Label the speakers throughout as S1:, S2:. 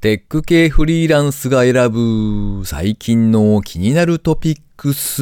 S1: テック系フリーランスが選ぶ最近の気になるトピックス。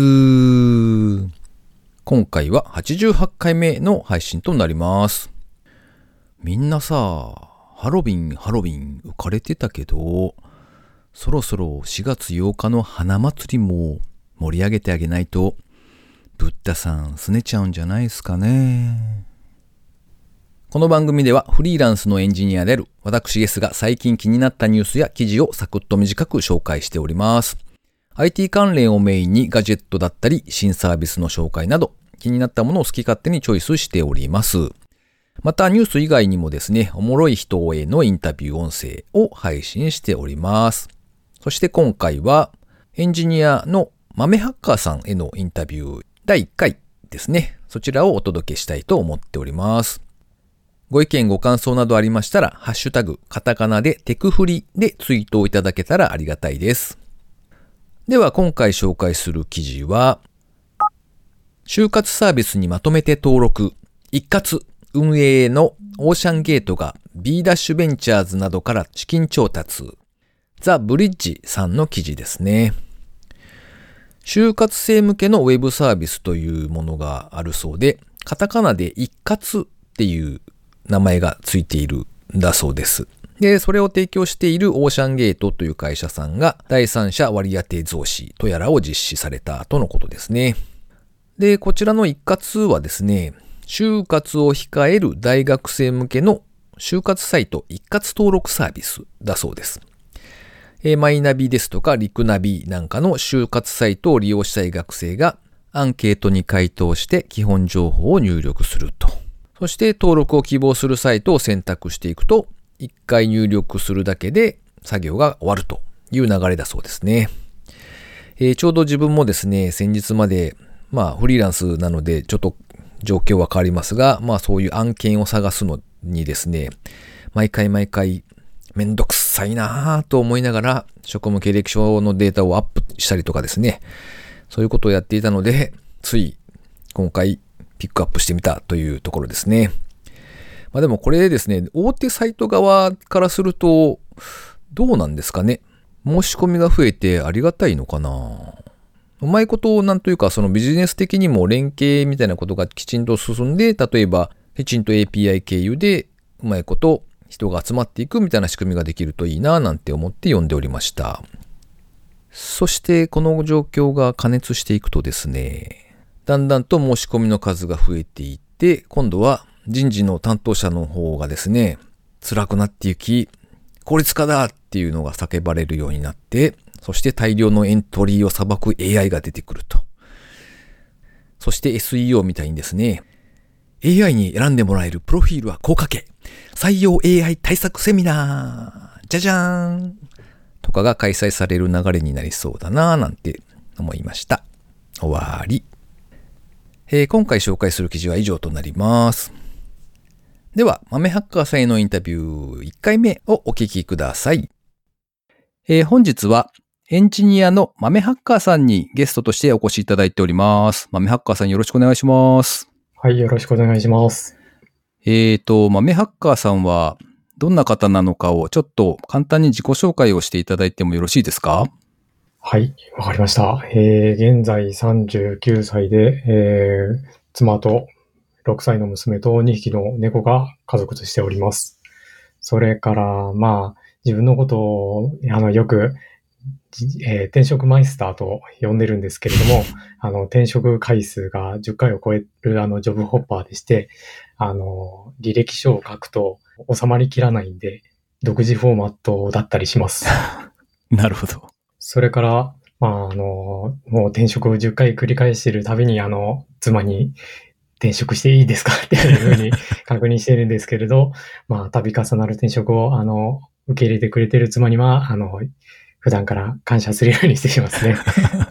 S1: 今回は88回目の配信となります。みんなさ、ハロウィン浮かれてたけど、そろそろ4月8日の花祭りも盛り上げてあげないと、ブッダさん拗ねちゃうんじゃないですかね。この番組ではフリーランスのエンジニアである私ゲスが最近気になったニュースや記事をサクッと短く紹介しております。IT 関連をメインにガジェットだったり新サービスの紹介など気になったものを好き勝手にチョイスしております。またニュース以外にもですね、おもろい人へのインタビュー音声を配信しております。そして今回はエンジニアの豆ハッカーさんへのインタビュー第1回ですね。そちらをお届けしたいと思っております。ご意見ご感想などありましたら、ハッシュタグ、カタカナでテクフリでツイートをいただけたらありがたいです。では今回紹介する記事は、就活サービスにまとめて登録、一括運営のオーシャンゲートが B ダッシュベンチャーズなどから資金調達、ザ・ブリッジさんの記事ですね。就活生向けのウェブサービスというものがあるそうで、カタカナで一括っていう名前がついているんだそうです。で、それを提供しているオーシャンゲートという会社さんが第三者割当増資とやらを実施されたとのことですね。で、こちらの一括はですね、就活を控える大学生向けの就活サイト一括登録サービスだそうです。マイナビですとかリクナビなんかの就活サイトを利用したい学生がアンケートに回答して基本情報を入力すると。そして登録を希望するサイトを選択していくと、1回入力するだけで作業が終わるという流れだそうですね。ちょうど自分もですね、先日まで、フリーランスなのでちょっと状況は変わりますが、そういう案件を探すのにですね、毎回めんどくさいなぁと思いながら職務経歴書のデータをアップしたりとかですね、そういうことをやっていたので、つい今回ピックアップしてみたというところですね。でもこれですね、大手サイト側からするとどうなんですかね。申し込みが増えてありがたいのかな。うまいことなんというかそのビジネス的にも連携みたいなことがきちんと進んで、例えばきちんと API 経由でうまいこと人が集まっていくみたいな仕組みができるといいななんて思って読んでおりました。そしてこの状況が加熱していくとですね、だんだんと申し込みの数が増えていって、今度は人事の担当者の方がですね、辛くなっていき、効率化だっていうのが叫ばれるようになって、そして大量のエントリーを裁く AI が出てくると。そして SEO みたいにですね、AI に選んでもらえるプロフィールはこう書け。採用 AI 対策セミナーじゃじゃーんとかが開催される流れになりそうだなぁなんて思いました。終わり。今回紹介する記事は以上となります。では、豆ハッカーさんへのインタビュー1回目をお聞きください。本日はエンジニアの豆ハッカーさんにゲストとしてお越しいただいております。豆ハッカーさんよろしくお願いします。
S2: はい、よろしくお願いします。
S1: 豆ハッカーさんはどんな方なのかをちょっと簡単に自己紹介をしていただいてもよろしいですか？
S2: はい、わかりました。現在39歳で、妻と6歳の娘と2匹の猫が家族としております。それから、自分のことを、よく、転職マイスターと呼んでるんですけれども、転職回数が10回を超えるジョブホッパーでして、履歴書を書くと収まりきらないんで、独自フォーマットだったりします。
S1: なるほど。
S2: それから、もう転職を10回繰り返しているたびに、妻に転職していいですかっていうふうに確認しているんですけれど、度重なる転職を、受け入れてくれている妻には、普段から感謝するようにしていますね。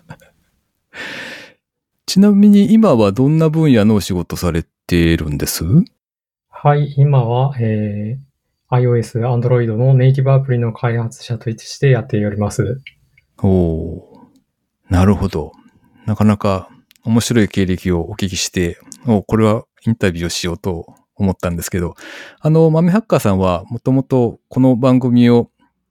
S1: ちなみに今はどんな分野のお仕事されてるんです？
S2: はい、今は、iOS、Android のネイティブアプリの開発者としてやっております。
S1: おー、なるほど。なかなか面白い経歴をお聞きして、これはインタビューをしようと思ったんですけど、豆ハッカーさんはもともとこの番組を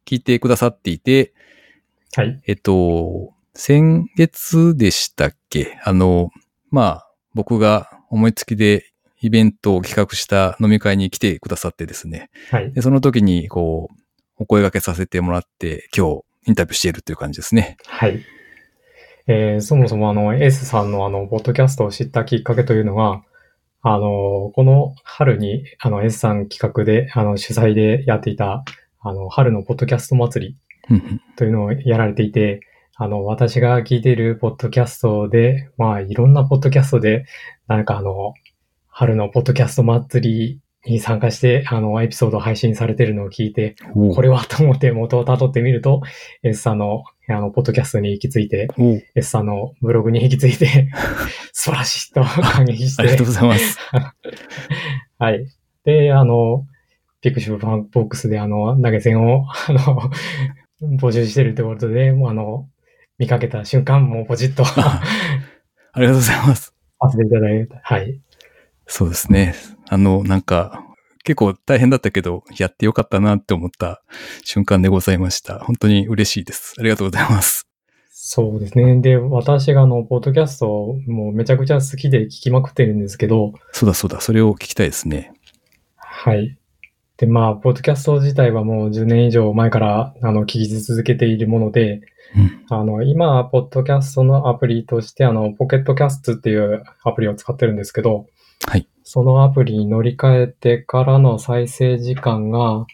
S1: 聞いてくださっていて、
S2: はい。
S1: 先月でしたっけ？僕が思いつきでイベントを企画した飲み会に来てくださってですね。
S2: はい。
S1: で、その時にお声掛けさせてもらって、今日インタビューしているという感じですね。
S2: はい。そもそもS さんのポッドキャストを知ったきっかけというのが、この春にS さん企画で、主催でやっていた、春のポッドキャスト祭りというのをやられていて、私が聞いているポッドキャストで、いろんなポッドキャストで、春のポッドキャスト祭りに参加して、エピソードを配信されているのを聞いて、これはと思って元を辿ってみると、S さんの、ポッドキャストに行き着いて、S さんのブログに行き着いて、素晴らしいと感激して。
S1: ありがとうございます。
S2: はい。で、ピクシブファンボックスで投げ銭を、募集しているということで、見かけた瞬間、もうポチッと
S1: ありがとうございます。
S2: させていただいて、はい。
S1: そうですね。結構大変だったけど、やってよかったなって思った瞬間でございました。本当に嬉しいです。ありがとうございます。
S2: そうですね。で、私がポッドキャストもうめちゃくちゃ好きで聞きまくってるんですけど。
S1: そうだ。それを聞きたいですね。
S2: はい。で、ポッドキャスト自体はもう10年以上前から聞き続けているもので、今、ポッドキャストのアプリとして、ポケットキャストっていうアプリを使ってるんですけど、
S1: はい。
S2: そのアプリに乗り換えてからの再生時間が、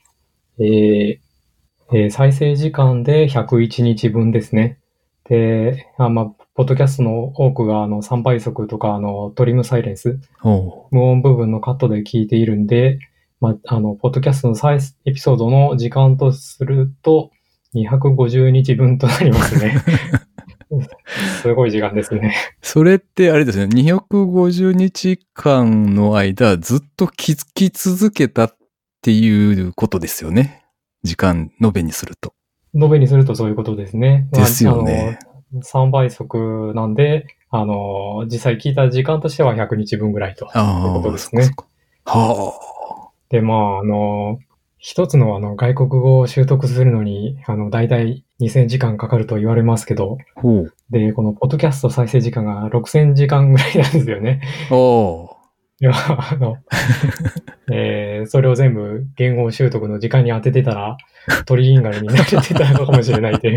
S2: 再生時間で101日分ですね。で、ポッドキャストの多くが3倍速とかトリムサイレンス、無音部分のカットで聞いているんで、ポッドキャストのエピソードの時間とすると250日分となりますね。すごい時間ですね。
S1: それってあれですね、250日間の間ずっと聞き続けたっていうことですよね。時間延べにすると。
S2: 延べにするとそういうことですね。
S1: ですよね。
S2: 3倍速なんで、実際聞いた時間としては100日分ぐらいということですね。
S1: はあ。
S2: で、一つの外国語を習得するのに、だいたい2000時間かかると言われますけど、で、このポッドキャスト再生時間が6000時間ぐらいなんですよね。いや、それを全部言語習得の時間に当ててたら、トリリンガルになれてたのかもしれないという。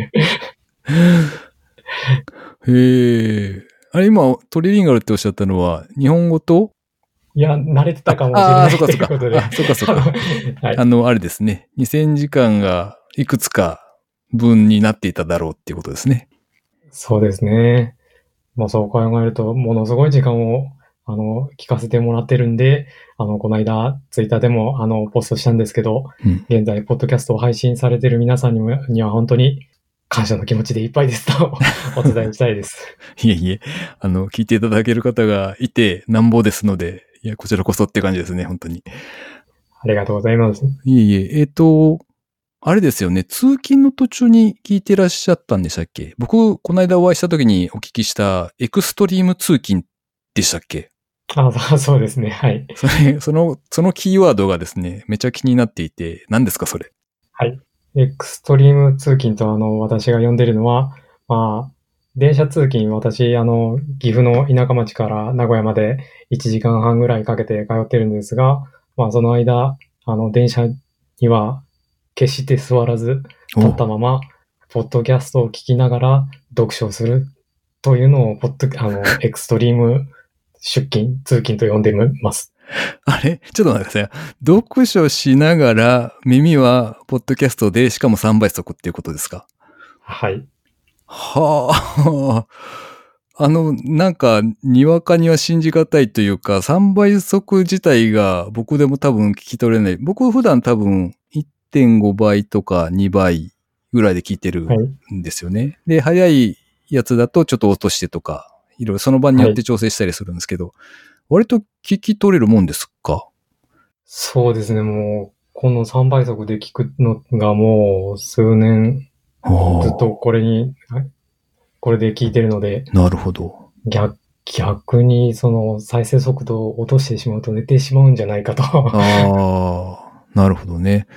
S1: へえ。あれ今、トリリンガルっておっしゃったのは、日本語と
S2: いや、慣れてたかもしれないということで。
S1: そうか。はい、あれですね。2000時間がいくつか分になっていただろうっていうことですね。
S2: そうですね。そう考えると、ものすごい時間を、聞かせてもらってるんで、この間、ツイッターでも、ポストしたんですけど、現在、ポッドキャストを配信されてる皆さんには本当に感謝の気持ちでいっぱいですとお伝えしたいです。
S1: いえ、聞いていただける方がいてなんぼですので、いや、こちらこそって感じですね、本当に。
S2: ありがとうございます。
S1: いえ、あれですよね、通勤の途中に聞いてらっしゃったんでしたっけ？僕、この間お会いした時にお聞きしたエクストリーム通勤でしたっけ？
S2: そうですね、はい。
S1: そのキーワードがですね、めちゃ気になっていて、何ですか、それ？
S2: はい。エクストリーム通勤と私が呼んでるのは、電車通勤、私、岐阜の田舎町から名古屋まで1時間半ぐらいかけて通ってるんですが、その間、電車には決して座らず、立ったまま、ポッドキャストを聞きながら読書をするというのを、エクストリーム出勤、通勤と呼んでます。
S1: あれちょっと待ってください。読書しながら耳はポッドキャストでしかも3倍速っていうことですか？
S2: はい。
S1: はあ。なんか、にわかには信じがたいというか、3倍速自体が僕でも多分聞き取れない。僕普段多分 1.5 倍とか2倍ぐらいで聞いてるんですよね。はい、で、早いやつだとちょっと落としてとか、いろいろその場によって調整したりするんですけど、はい、割と聞き取れるもんですか？
S2: そうですね、もう、この3倍速で聞くのがもう数年、ずっとこれで聞いてるので。
S1: なるほど。
S2: 逆にその再生速度を落としてしまうと寝てしまうんじゃないかと。
S1: ああ、なるほどね。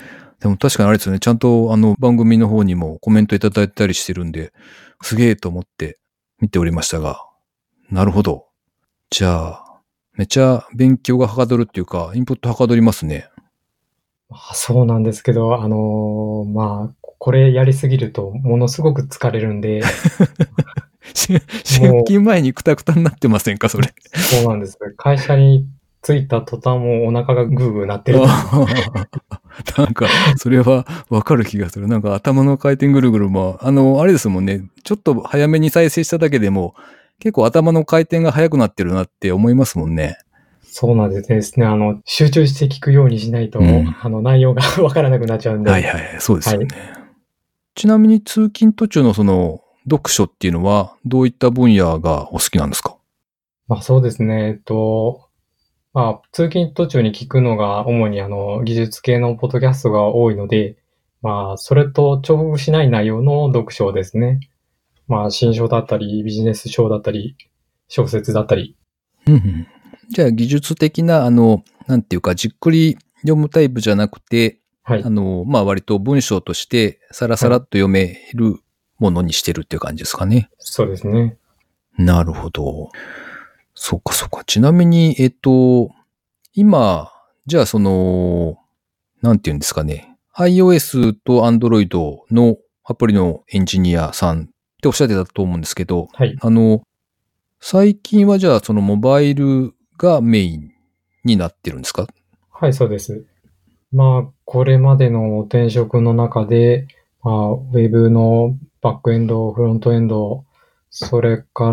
S1: でも確かにあれですよね。ちゃんと番組の方にもコメントいただいたりしてるんで、すげえと思って見ておりましたが。なるほど。じゃあ、めちゃ勉強がはかどるっていうか、インプットはかどりますね。
S2: そうなんですけど、これやりすぎるとものすごく疲れるんで、
S1: 出
S2: も
S1: 勤前にクタクタになってませんか、それ。
S2: そうなんです。会社に着いた途端もうお腹がグーグーなってるんです。
S1: なんか、それはわかる気がする。なんか頭の回転ぐるぐるも、あれですもんね。ちょっと早めに再生しただけでも、結構頭の回転が速くなってるなって思いますもんね。
S2: そうなんですね。集中して聞くようにしないと、内容がわからなくなっちゃうんで。
S1: はいはい、そうですよね。
S2: はい。
S1: ちなみに通勤途中のその、読書っていうのは、どういった分野がお好きなんですか？
S2: そうですね。通勤途中に聞くのが主に技術系のポッドキャストが多いので、それと重複しない内容の読書ですね。新書だったり、ビジネス書だったり、小説だったり。
S1: うんうん。じゃあ技術的な、なんていうか、じっくり読むタイプじゃなくて、
S2: はい。
S1: 割と文章としてさらさらっと読めるものにしてるっていう感じですかね。
S2: そうですね。
S1: なるほど。そうかそうか。ちなみに、今、じゃあなんていうんですかね。iOS と Android のアプリのエンジニアさんっておっしゃってたと思うんですけど、
S2: はい。
S1: 最近はじゃあそのモバイルがメインになってるんですか？
S2: はい、そうです。これまでの転職の中で、ウェブのバックエンド、フロントエンド、それから、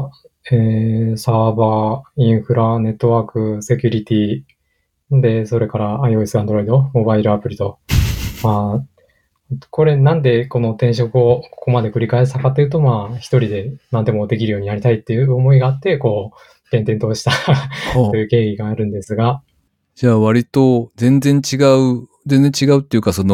S2: サーバー、インフラ、ネットワーク、セキュリティ、で、それから iOS、Android、モバイルアプリと、まこれなんでこの転職をここまで繰り返したかというと、一人で何でもできるようになりたいっていう思いがあって、転々としたという経緯があるんですが、
S1: じゃあ割と全然違うっていうか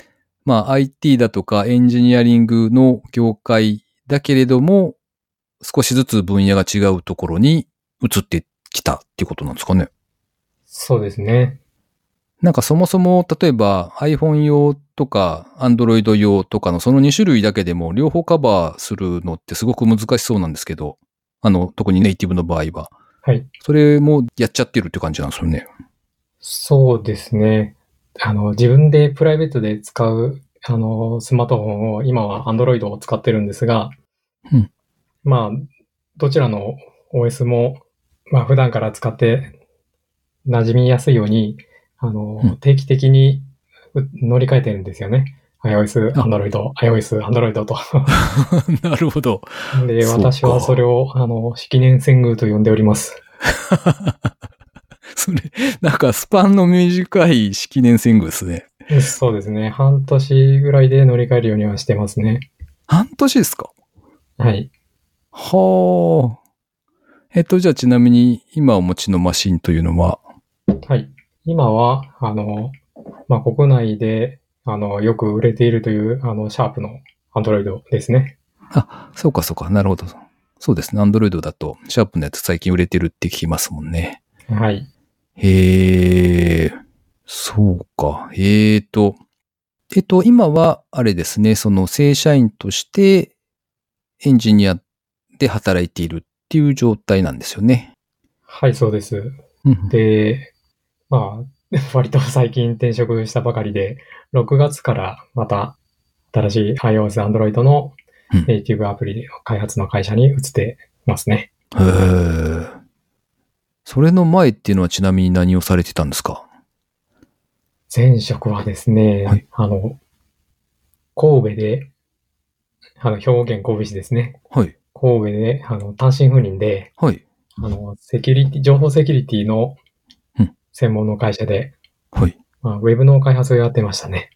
S1: IT だとかエンジニアリングの業界だけれども、少しずつ分野が違うところに移ってきたっていうことなんですかね。
S2: そうですね。
S1: なんかそもそも例えば iPhone 用とか Android 用とかのその2種類だけでも両方カバーするのってすごく難しそうなんですけど、特にネイティブの場合は。
S2: はい。
S1: それもやっちゃってるって感じなんですよね。
S2: そうですね。自分でプライベートで使う、スマートフォンを、今は Android を使ってるんですが、
S1: うん。
S2: まあ、どちらの OS も、普段から使って馴染みやすいように、
S1: うん。
S2: 定期的に乗り換えてるんですよね。iOS、
S1: あ、
S2: Android、iOS、Android と。
S1: なるほど。
S2: で、
S1: そう
S2: 私はそれ
S1: か。
S2: を、式年遷宮と呼んでおります。
S1: それ、なんかスパンの短い式年遷宮ですね。
S2: そうですね。半年ぐらいで乗り換えるようにはしてますね。
S1: 半年ですか？
S2: はい。
S1: はあ。じゃあちなみに今お持ちのマシンというのは？
S2: はい。今は、国内で、よく売れているという、シャープの Android ですね。
S1: あ、そうかそうか。なるほど。そうですね。アンドロイドだと、シャープのやつ最近売れてるって聞きますもんね。
S2: はい。
S1: へえ、そうか。今は、あれですね、その正社員としてエンジニアで働いているっていう状態なんですよね。
S2: はい、そうです。
S1: うん。
S2: で、割と最近転職したばかりで、6月からまた新しい iOS、Android の
S1: うん。
S2: ネイティブアプリ開発の会社に移ってますね。
S1: へえ。それの前っていうのはちなみに何をされてたんですか？
S2: 前職はです
S1: はい。
S2: ね、神戸で、兵庫県神戸市ですね。
S1: はい。
S2: 神戸で、単身赴任で、
S1: はい。
S2: 情報セキュリティの
S1: うん。
S2: 専門の会社で、
S1: はい。
S2: ウェブの開発をやってましたね。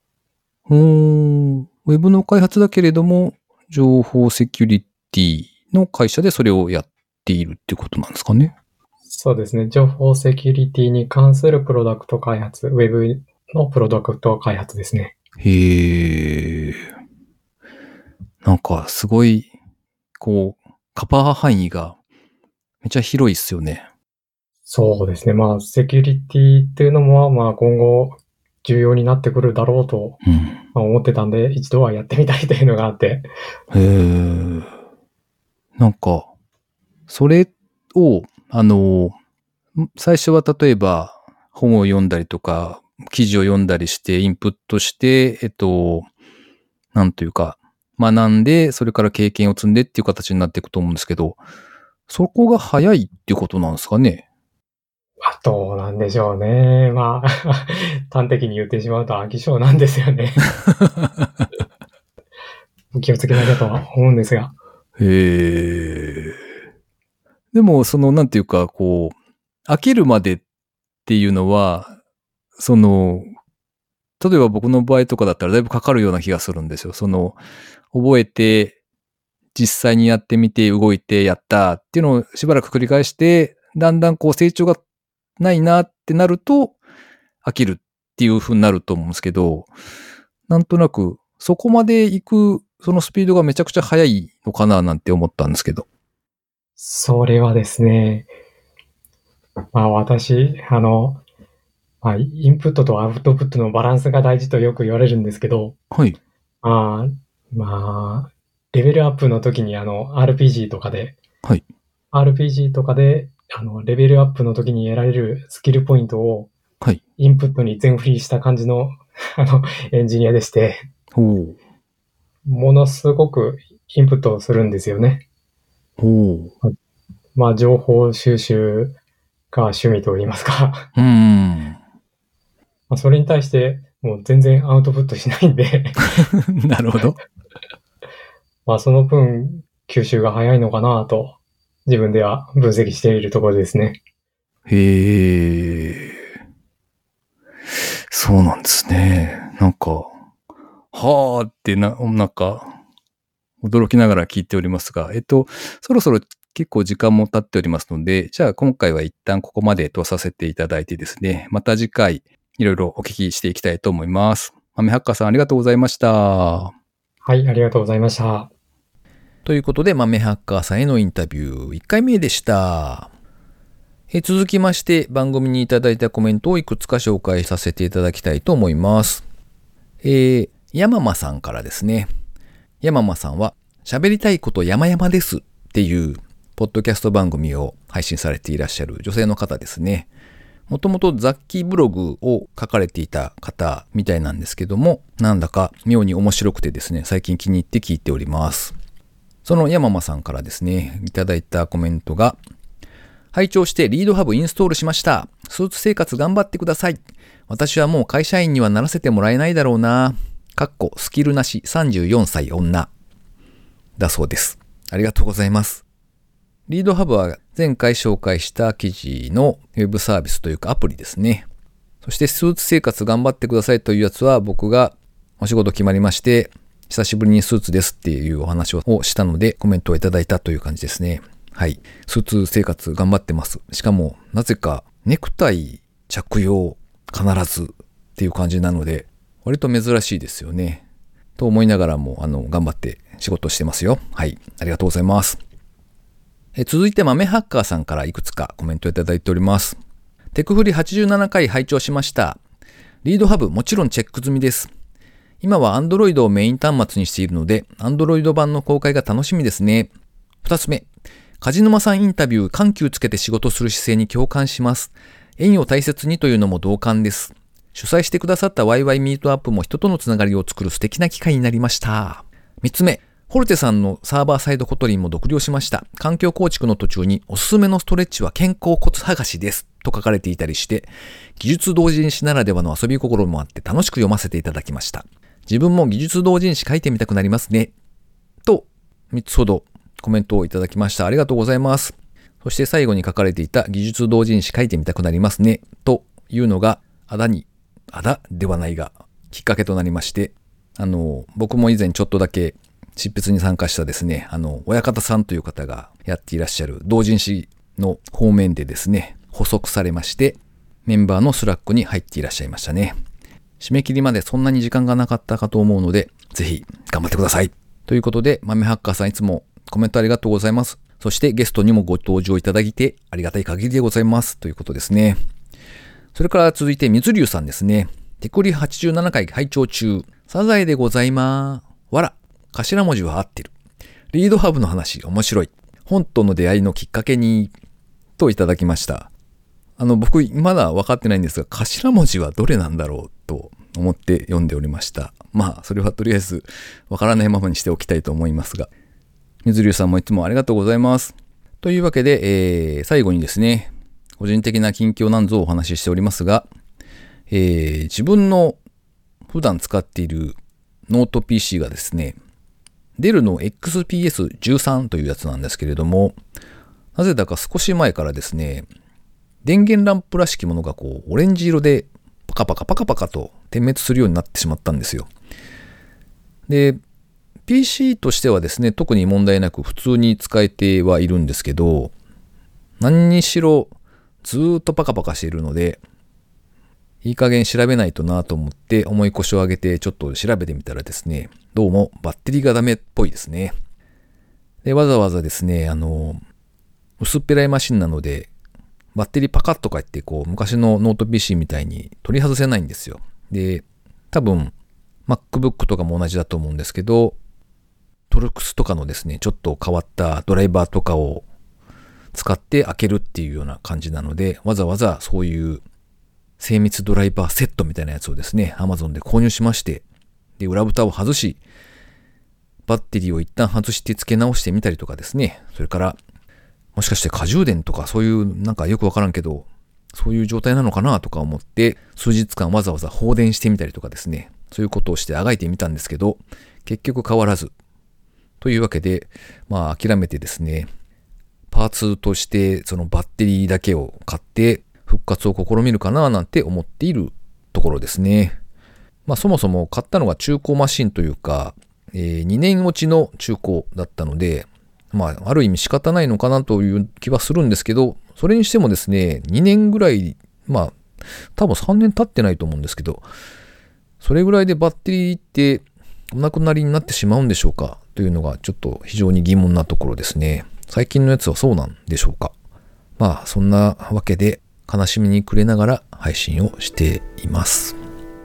S1: ウェブの開発だけれども、情報セキュリティの会社でそれをやっているっていうことなんですかね。
S2: そうですね。情報セキュリティに関するプロダクト開発、ウェブのプロダクト開発ですね。
S1: へえ。なんかすごい、カバー範囲がめちゃ広いっすよね。
S2: そうですね。セキュリティっていうのも、今後、 重要になってくるだろうと思ってたんで、一度はやってみたいというのがあって。
S1: へえ。なんか、それを、最初は例えば本を読んだりとか、記事を読んだりしてインプットして、なんというか、学んで、それから経験を積んでっていう形になっていくと思うんですけど、そこが早いっていうことなんですかね。
S2: どうなんでしょうね。まあ、端的に言ってしまうと飽き性なんですよね。気をつけなきゃとは思うんですが。
S1: へえ。でも、なんていうか、こう、飽きるまでっていうのは、例えば僕の場合とかだったらだいぶかかるような気がするんですよ。覚えて、実際にやってみて、動いて、やったっていうのをしばらく繰り返して、だんだんこう成長がないなってなると、飽きるっていう風になると思うんですけど、なんとなく、そこまで行く、そのスピードがめちゃくちゃ速いのかななんて思ったんですけど。
S2: それはですね、私、インプットとアウトプットのバランスが大事とよく言われるんですけど、
S1: はい。
S2: まあ、まあ、レベルアップの時にRPG とかで、
S1: はい。
S2: RPG とかで、レベルアップの時に得られるスキルポイントを、
S1: はい。
S2: インプットに全振りした感じの、エンジニアでして、
S1: ほう。
S2: ものすごくインプットをするんですよね。
S1: ほう。
S2: 情報収集が趣味と言いますか。それに対して、もう全然アウトプットしないんで
S1: なるほど。
S2: その分、吸収が早いのかなと、自分では分析しているところですね。
S1: へえ。そうなんですね。なんか、はーってなんか、驚きながら聞いておりますが、そろそろ結構時間も経っておりますので、じゃあ今回は一旦ここまでとさせていただいてですね、また次回いろいろお聞きしていきたいと思います。豆ハッカーさんありがとうございました。
S2: はい、ありがとうございました。
S1: ということで、豆ハッカーさんへのインタビュー1回目でした。続きまして番組にいただいたコメントをいくつか紹介させていただきたいと思います。山間さんからですね。山間さんは喋りたいこと山々ですっていうポッドキャスト番組を配信されていらっしゃる女性の方ですね。もともと雑記ブログを書かれていた方みたいなんですけども、なんだか妙に面白くてですね、最近気に入って聞いております。その山間さんからですね、いただいたコメントが、拝聴してリードハブインストールしました。スーツ生活頑張ってください。私はもう会社員にはならせてもらえないだろうな。スキルなし34歳女。だそうです。ありがとうございます。リードハブは前回紹介した記事のウェブサービスというかアプリですね。そしてスーツ生活頑張ってくださいというやつは僕がお仕事決まりまして、久しぶりにスーツですっていうお話をしたのでコメントをいただいたという感じですね。はい。スーツ生活頑張ってます。しかも、なぜかネクタイ着用必ずっていう感じなので、割と珍しいですよね。と思いながらも、頑張って仕事してますよ。はい。ありがとうございます。続いて、豆ハッカーさんからいくつかコメントいただいております。テクフリ87回拝聴しました。リードハブもちろんチェック済みです。今は Android をメイン端末にしているので、Android 版の公開が楽しみですね。2つ目。梶沼さんインタビュー、緩急つけて仕事する姿勢に共感します。縁を大切にというのも同感です。主催してくださったワイワイミートアップも人とのつながりを作る素敵な機会になりました。3つ目、ホルテさんのサーバーサイドコトリンも読了しました。環境構築の途中におすすめのストレッチは肩甲骨剥がしですと書かれていたりして、技術同人誌ならではの遊び心もあって楽しく読ませていただきました。自分も技術同人誌書いてみたくなりますね。と、3つほどコメントをいただきました。ありがとうございます。そして最後に書かれていた技術同人誌書いてみたくなりますね。というのが、あだではないが、きっかけとなりまして、僕も以前ちょっとだけ執筆に参加したですね、親方さんという方がやっていらっしゃる同人誌の方面でですね、補足されまして、メンバーのスラックに入っていらっしゃいましたね。締め切りまでそんなに時間がなかったかと思うので、ぜひ頑張ってください。ということで、豆ハッカーさんいつもコメントありがとうございます。そしてゲストにもご登場いただいてありがたい限りでございます。ということですね。それから続いて水流さんですね。 テクリ87回拝聴中。サザエでございまー。わら、頭文字は合ってる。リードハブの話面白い。本との出会いのきっかけに、といただきました。僕まだ分かってないんですが、頭文字はどれなんだろうと思って読んでおりました。まあ、それはとりあえず分からないままにしておきたいと思いますが。水流さんもいつもありがとうございます。というわけで、最後にですね、個人的な近況なんぞをお話ししておりますが、自分の普段使っているノート PC がですね、デルの XPS13 というやつなんですけれども、なぜだか少し前からですね、電源ランプらしきものがオレンジ色でパカパカパカパカと点滅するようになってしまったんですよ。で、PC としてはですね、特に問題なく普通に使えてはいるんですけど、何にしろずーっとパカパカしているので、いい加減調べないとなと思って重い腰を上げてちょっと調べてみたらですね、どうもバッテリーがダメっぽいですね。で、わざわざですね、薄っぺらいマシンなので、バッテリーパカッとか言って昔のノート PC みたいに取り外せないんですよ。で、多分 MacBook とかも同じだと思うんですけど、トルクスとかのですね、ちょっと変わったドライバーとかを使って開けるっていうような感じなので、わざわざそういう精密ドライバーセットみたいなやつをですね、Amazon で購入しまして、で、裏蓋を外し、バッテリーを一旦外して付け直してみたりとかですね、それから、もしかして過充電とかそういうなんかよくわからんけど、そういう状態なのかなとか思って、数日間わざわざ放電してみたりとかですね、そういうことをしてあがいてみたんですけど、結局変わらず。というわけで、諦めてですね、パーツとしてそのバッテリーだけを買って復活を試みるかななんて思っているところですね。そもそも買ったのが中古マシンというか、2年落ちの中古だったので、ある意味仕方ないのかなという気はするんですけど、それにしてもですね、2年ぐらい、多分3年経ってないと思うんですけど、それぐらいでバッテリーってお亡くなりになってしまうんでしょうかというのがちょっと非常に疑問なところですね。最近のやつはそうなんでしょうか。そんなわけで悲しみに暮れながら配信をしています。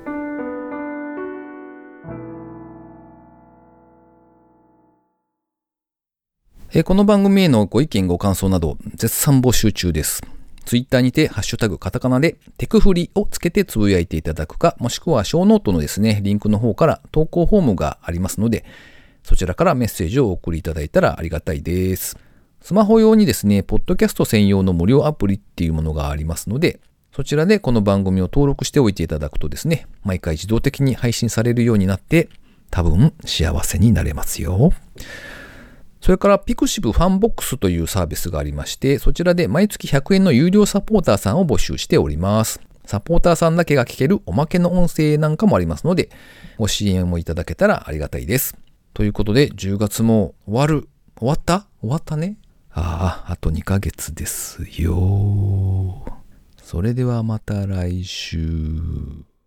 S1: この番組へのご意見ご感想など絶賛募集中です。ツイッターにてハッシュタグカタカナでテクフリをつけてつぶやいていただくか、もしくはショーノートのですね、リンクの方から投稿フォームがありますので、そちらからメッセージをお送りいただいたらありがたいです。スマホ用にですね、ポッドキャスト専用の無料アプリっていうものがありますので、そちらでこの番組を登録しておいていただくとですね、毎回自動的に配信されるようになって、多分幸せになれますよ。それからピクシブファンボックスというサービスがありまして、そちらで毎月100円の有料サポーターさんを募集しております。サポーターさんだけが聞けるおまけの音声なんかもありますので、ご支援もいただけたらありがたいです。ということで、10月も終わったね。あと2ヶ月ですよ。それではまた来週。